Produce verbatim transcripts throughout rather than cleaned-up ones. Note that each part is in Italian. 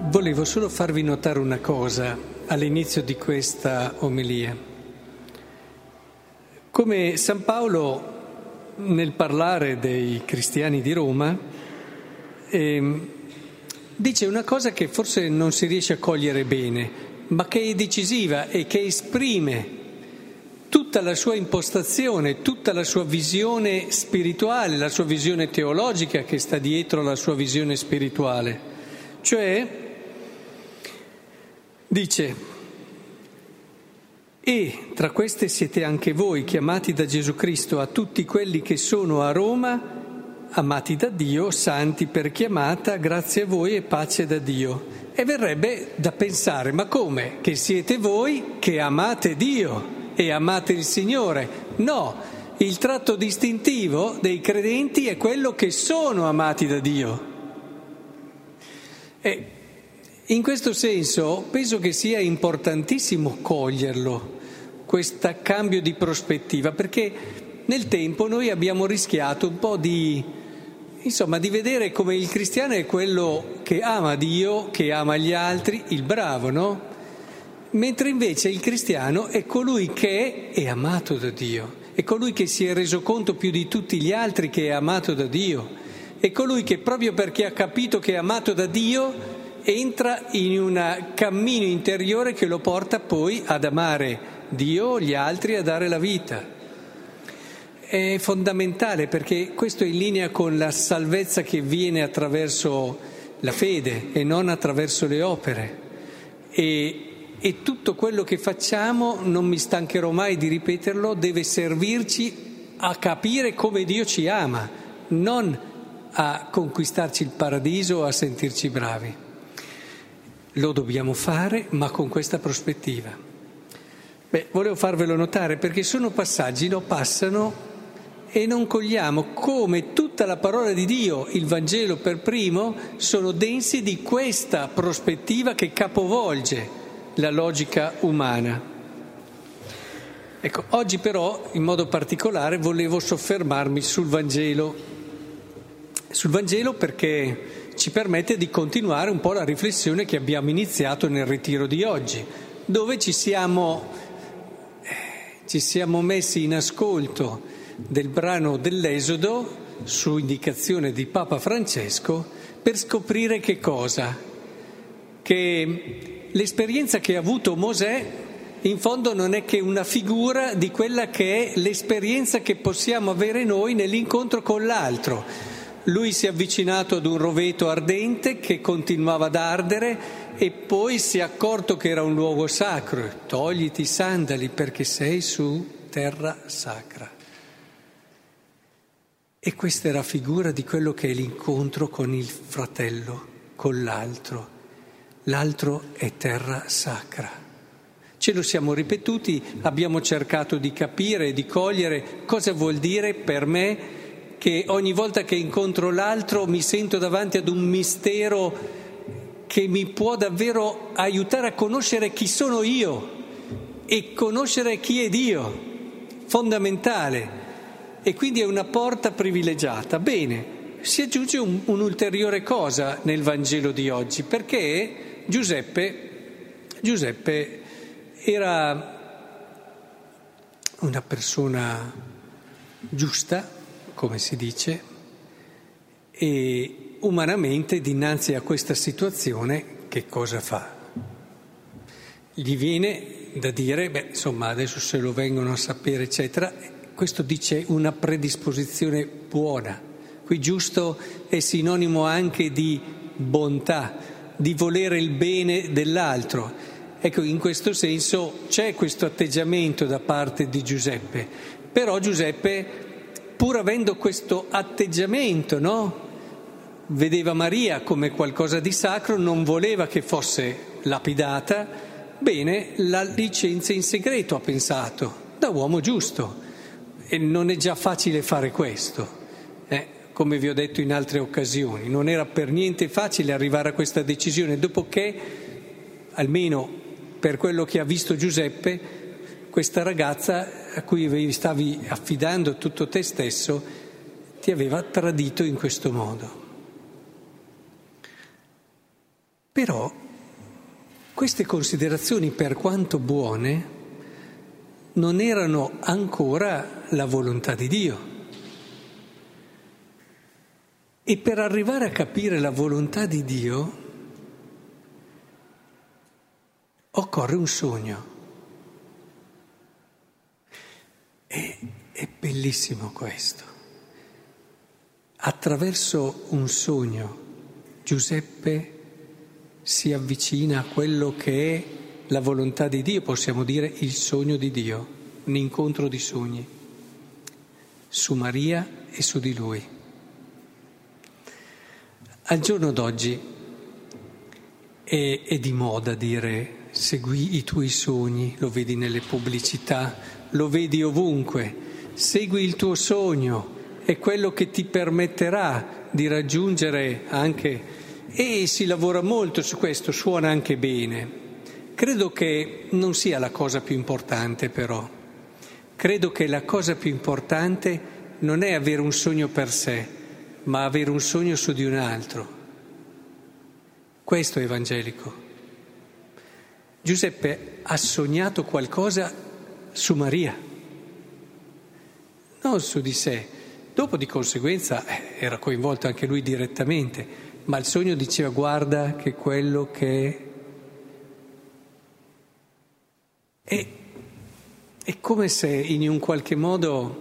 Volevo solo farvi notare una cosa all'inizio di questa omelia. Come San Paolo, nel parlare dei cristiani di Roma, eh, dice una cosa che forse non si riesce a cogliere bene, ma che è decisiva e che esprime tutta la sua impostazione, tutta la sua visione spirituale, la sua visione teologica che sta dietro la sua visione spirituale. Cioè, dice, e tra queste siete anche voi chiamati da Gesù Cristo a tutti quelli che sono a Roma, amati da Dio, santi per chiamata, grazie a voi e pace da Dio. E verrebbe da pensare, ma come? Che siete voi che amate Dio e amate il Signore? No, il tratto distintivo dei credenti è quello che sono amati da Dio. E in questo senso penso che sia importantissimo coglierlo, questo cambio di prospettiva, perché nel tempo noi abbiamo rischiato un po' di, insomma, di vedere come il cristiano è quello che ama Dio, che ama gli altri, il bravo, no? Mentre invece il cristiano è colui che è amato da Dio, è colui che si è reso conto più di tutti gli altri che è amato da Dio, è colui che proprio perché ha capito che è amato da Dio entra in un cammino interiore che lo porta poi ad amare Dio, gli altri, a dare la vita. È fondamentale perché questo è in linea con la salvezza che viene attraverso la fede e non attraverso le opere. E, e tutto quello che facciamo, non mi stancherò mai di ripeterlo, deve servirci a capire come Dio ci ama, non a conquistarci il paradiso o a sentirci bravi. Lo dobbiamo fare, ma con questa prospettiva. Beh, volevo farvelo notare perché sono passaggi, no, passano e non cogliamo come tutta la parola di Dio, il Vangelo per primo, sono densi di questa prospettiva che capovolge la logica umana. Ecco, oggi però, in modo particolare, volevo soffermarmi sul Vangelo. Sul Vangelo perché ci permette di continuare un po' la riflessione che abbiamo iniziato nel ritiro di oggi, dove ci siamo, eh, ci siamo messi in ascolto del brano dell'Esodo su indicazione di Papa Francesco per scoprire che cosa? Che l'esperienza che ha avuto Mosè in fondo non è che una figura di quella che è l'esperienza che possiamo avere noi nell'incontro con l'altro. Lui si è avvicinato ad un roveto ardente che continuava ad ardere e poi si è accorto che era un luogo sacro. Togliti i sandali perché sei su terra sacra. E questa era figura di quello che è l'incontro con il fratello, con l'altro. L'altro è terra sacra. Ce lo siamo ripetuti, abbiamo cercato di capire e di cogliere cosa vuol dire per me che ogni volta che incontro l'altro mi sento davanti ad un mistero che mi può davvero aiutare a conoscere chi sono io e conoscere chi è Dio, fondamentale. E quindi è una porta privilegiata. Bene, si aggiunge un, un'ulteriore cosa nel Vangelo di oggi, perché Giuseppe, Giuseppe era una persona giusta, come si dice, e umanamente dinanzi a questa situazione che cosa fa? Gli viene da dire, beh, insomma, adesso se lo vengono a sapere, eccetera, questo dice una predisposizione buona. Qui giusto è sinonimo anche di bontà, di volere il bene dell'altro. Ecco, in questo senso c'è questo atteggiamento da parte di Giuseppe, però Giuseppe, pur avendo questo atteggiamento, no? Vedeva Maria come qualcosa di sacro, non voleva che fosse lapidata, bene, la licenzia in segreto, ha pensato, da uomo giusto. E non è già facile fare questo, eh? Come vi ho detto in altre occasioni, non era per niente facile arrivare a questa decisione, dopo che, almeno per quello che ha visto Giuseppe, questa ragazza a cui stavi affidando tutto te stesso ti aveva tradito in questo modo. Però queste considerazioni, per quanto buone, non erano ancora la volontà di Dio. E per arrivare a capire la volontà di Dio occorre un sogno. E, è bellissimo questo. Attraverso un sogno Giuseppe si avvicina a quello che è la volontà di Dio, possiamo dire il sogno di Dio, un incontro di sogni su Maria e su di lui. Al giorno d'oggi è, è di moda dire segui i tuoi sogni, lo vedi nelle pubblicità, lo vedi ovunque, segui il tuo sogno, è quello che ti permetterà di raggiungere anche, e si lavora molto su questo, suona anche bene. Credo che non sia la cosa più importante però, credo che la cosa più importante non è avere un sogno per sé, ma avere un sogno su di un altro. Questo è evangelico. Giuseppe ha sognato qualcosa su Maria, non su di sé. Dopo di conseguenza eh, era coinvolto anche lui direttamente, ma il sogno diceva: guarda che quello che è, è come se in un qualche modo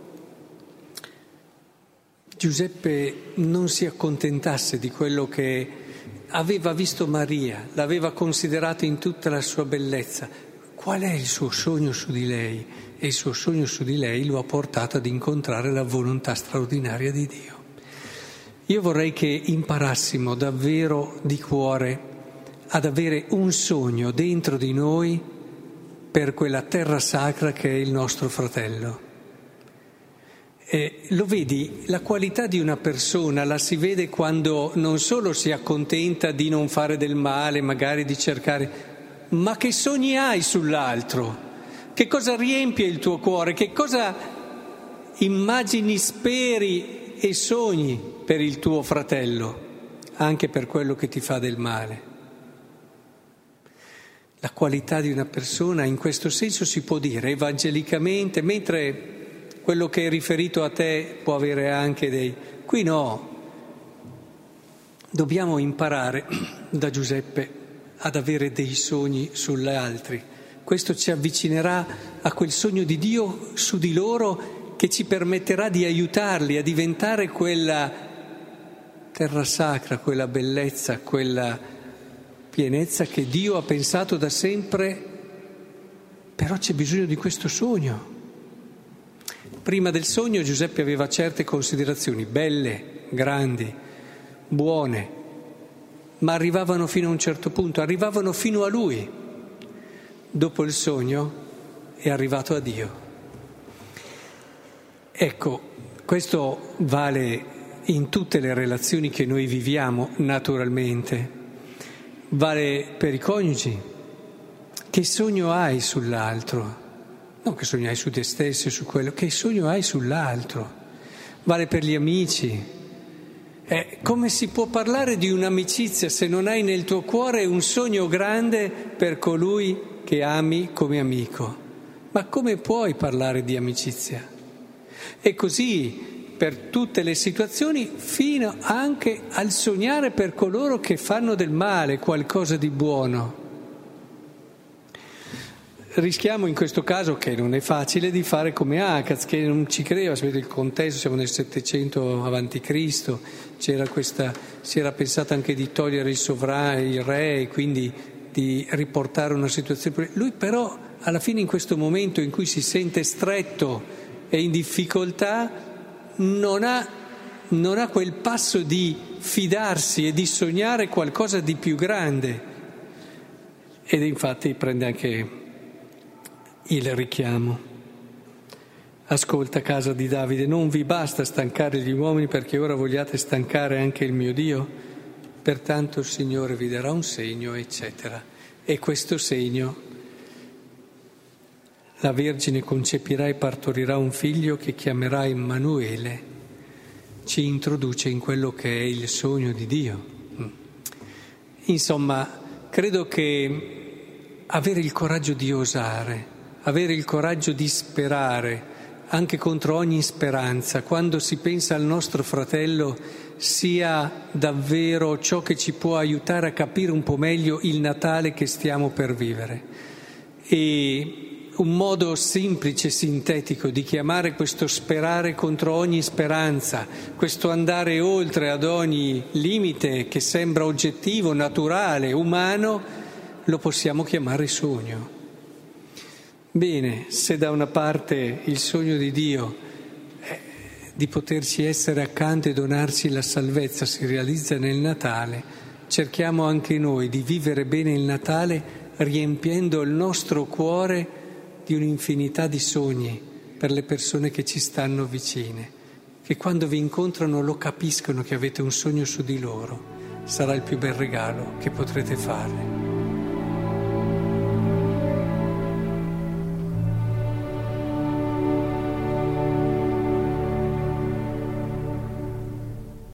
Giuseppe non si accontentasse di quello che aveva visto Maria, l'aveva considerato in tutta la sua bellezza. Qual è il suo sogno su di lei? E il suo sogno su di lei lo ha portato ad incontrare la volontà straordinaria di Dio. Io vorrei che imparassimo davvero di cuore ad avere un sogno dentro di noi per quella terra sacra che è il nostro fratello. Eh, lo vedi, la qualità di una persona la si vede quando non solo si accontenta di non fare del male, magari di cercare, ma che sogni hai sull'altro? Che cosa riempie il tuo cuore? Che cosa immagini, speri e sogni per il tuo fratello, anche per quello che ti fa del male? La qualità di una persona in questo senso si può dire evangelicamente, mentre quello che è riferito a te può avere anche dei... Qui no, dobbiamo imparare da Giuseppe ad avere dei sogni sugli altri. Questo ci avvicinerà a quel sogno di Dio su di loro che ci permetterà di aiutarli a diventare quella terra sacra, quella bellezza, quella pienezza che Dio ha pensato da sempre, però c'è bisogno di questo sogno. Prima del sogno Giuseppe aveva certe considerazioni belle, grandi, buone, ma arrivavano fino a un certo punto, arrivavano fino a lui. Dopo il sogno è arrivato a Dio. Ecco, questo vale in tutte le relazioni che noi viviamo, naturalmente. Vale per i coniugi. Che sogno hai sull'altro? Non che sogno hai su te stesso e su quello, che sogno hai sull'altro. Vale per gli amici. Eh, come si può parlare di un'amicizia se non hai nel tuo cuore un sogno grande per colui che ami come amico? Ma come puoi parlare di amicizia? E così per tutte le situazioni, fino anche al sognare per coloro che fanno del male qualcosa di buono. Rischiamo in questo caso, che non è facile, di fare come Acaz, che non ci credeva. Sapete il contesto, siamo nel settecento avanti Cristo, c'era questa, si era pensato anche di togliere il sovrano, il re, e quindi di riportare una situazione. Lui però alla fine, in questo momento in cui si sente stretto e in difficoltà, non ha, non ha quel passo di fidarsi e di sognare qualcosa di più grande. Ed infatti prende anche il richiamo. Ascolta, casa di Davide, non vi basta stancare gli uomini, perché ora vogliate stancare anche il mio Dio? Pertanto il Signore vi darà un segno, eccetera. E questo segno: la Vergine concepirà e partorirà un figlio che chiamerà Emmanuele, ci introduce in quello che è il sogno di Dio. Insomma, credo che avere il coraggio di osare, avere il coraggio di sperare, anche contro ogni speranza, quando si pensa al nostro fratello, sia davvero ciò che ci può aiutare a capire un po' meglio il Natale che stiamo per vivere. E un modo semplice e sintetico di chiamare questo sperare contro ogni speranza, questo andare oltre ad ogni limite che sembra oggettivo, naturale, umano, lo possiamo chiamare sogno. Bene, se da una parte il sogno di Dio è di poterci essere accanto e donarci la salvezza si realizza nel Natale, cerchiamo anche noi di vivere bene il Natale riempiendo il nostro cuore di un'infinità di sogni per le persone che ci stanno vicine, che quando vi incontrano lo capiscono che avete un sogno su di loro. Sarà il più bel regalo che potrete fare.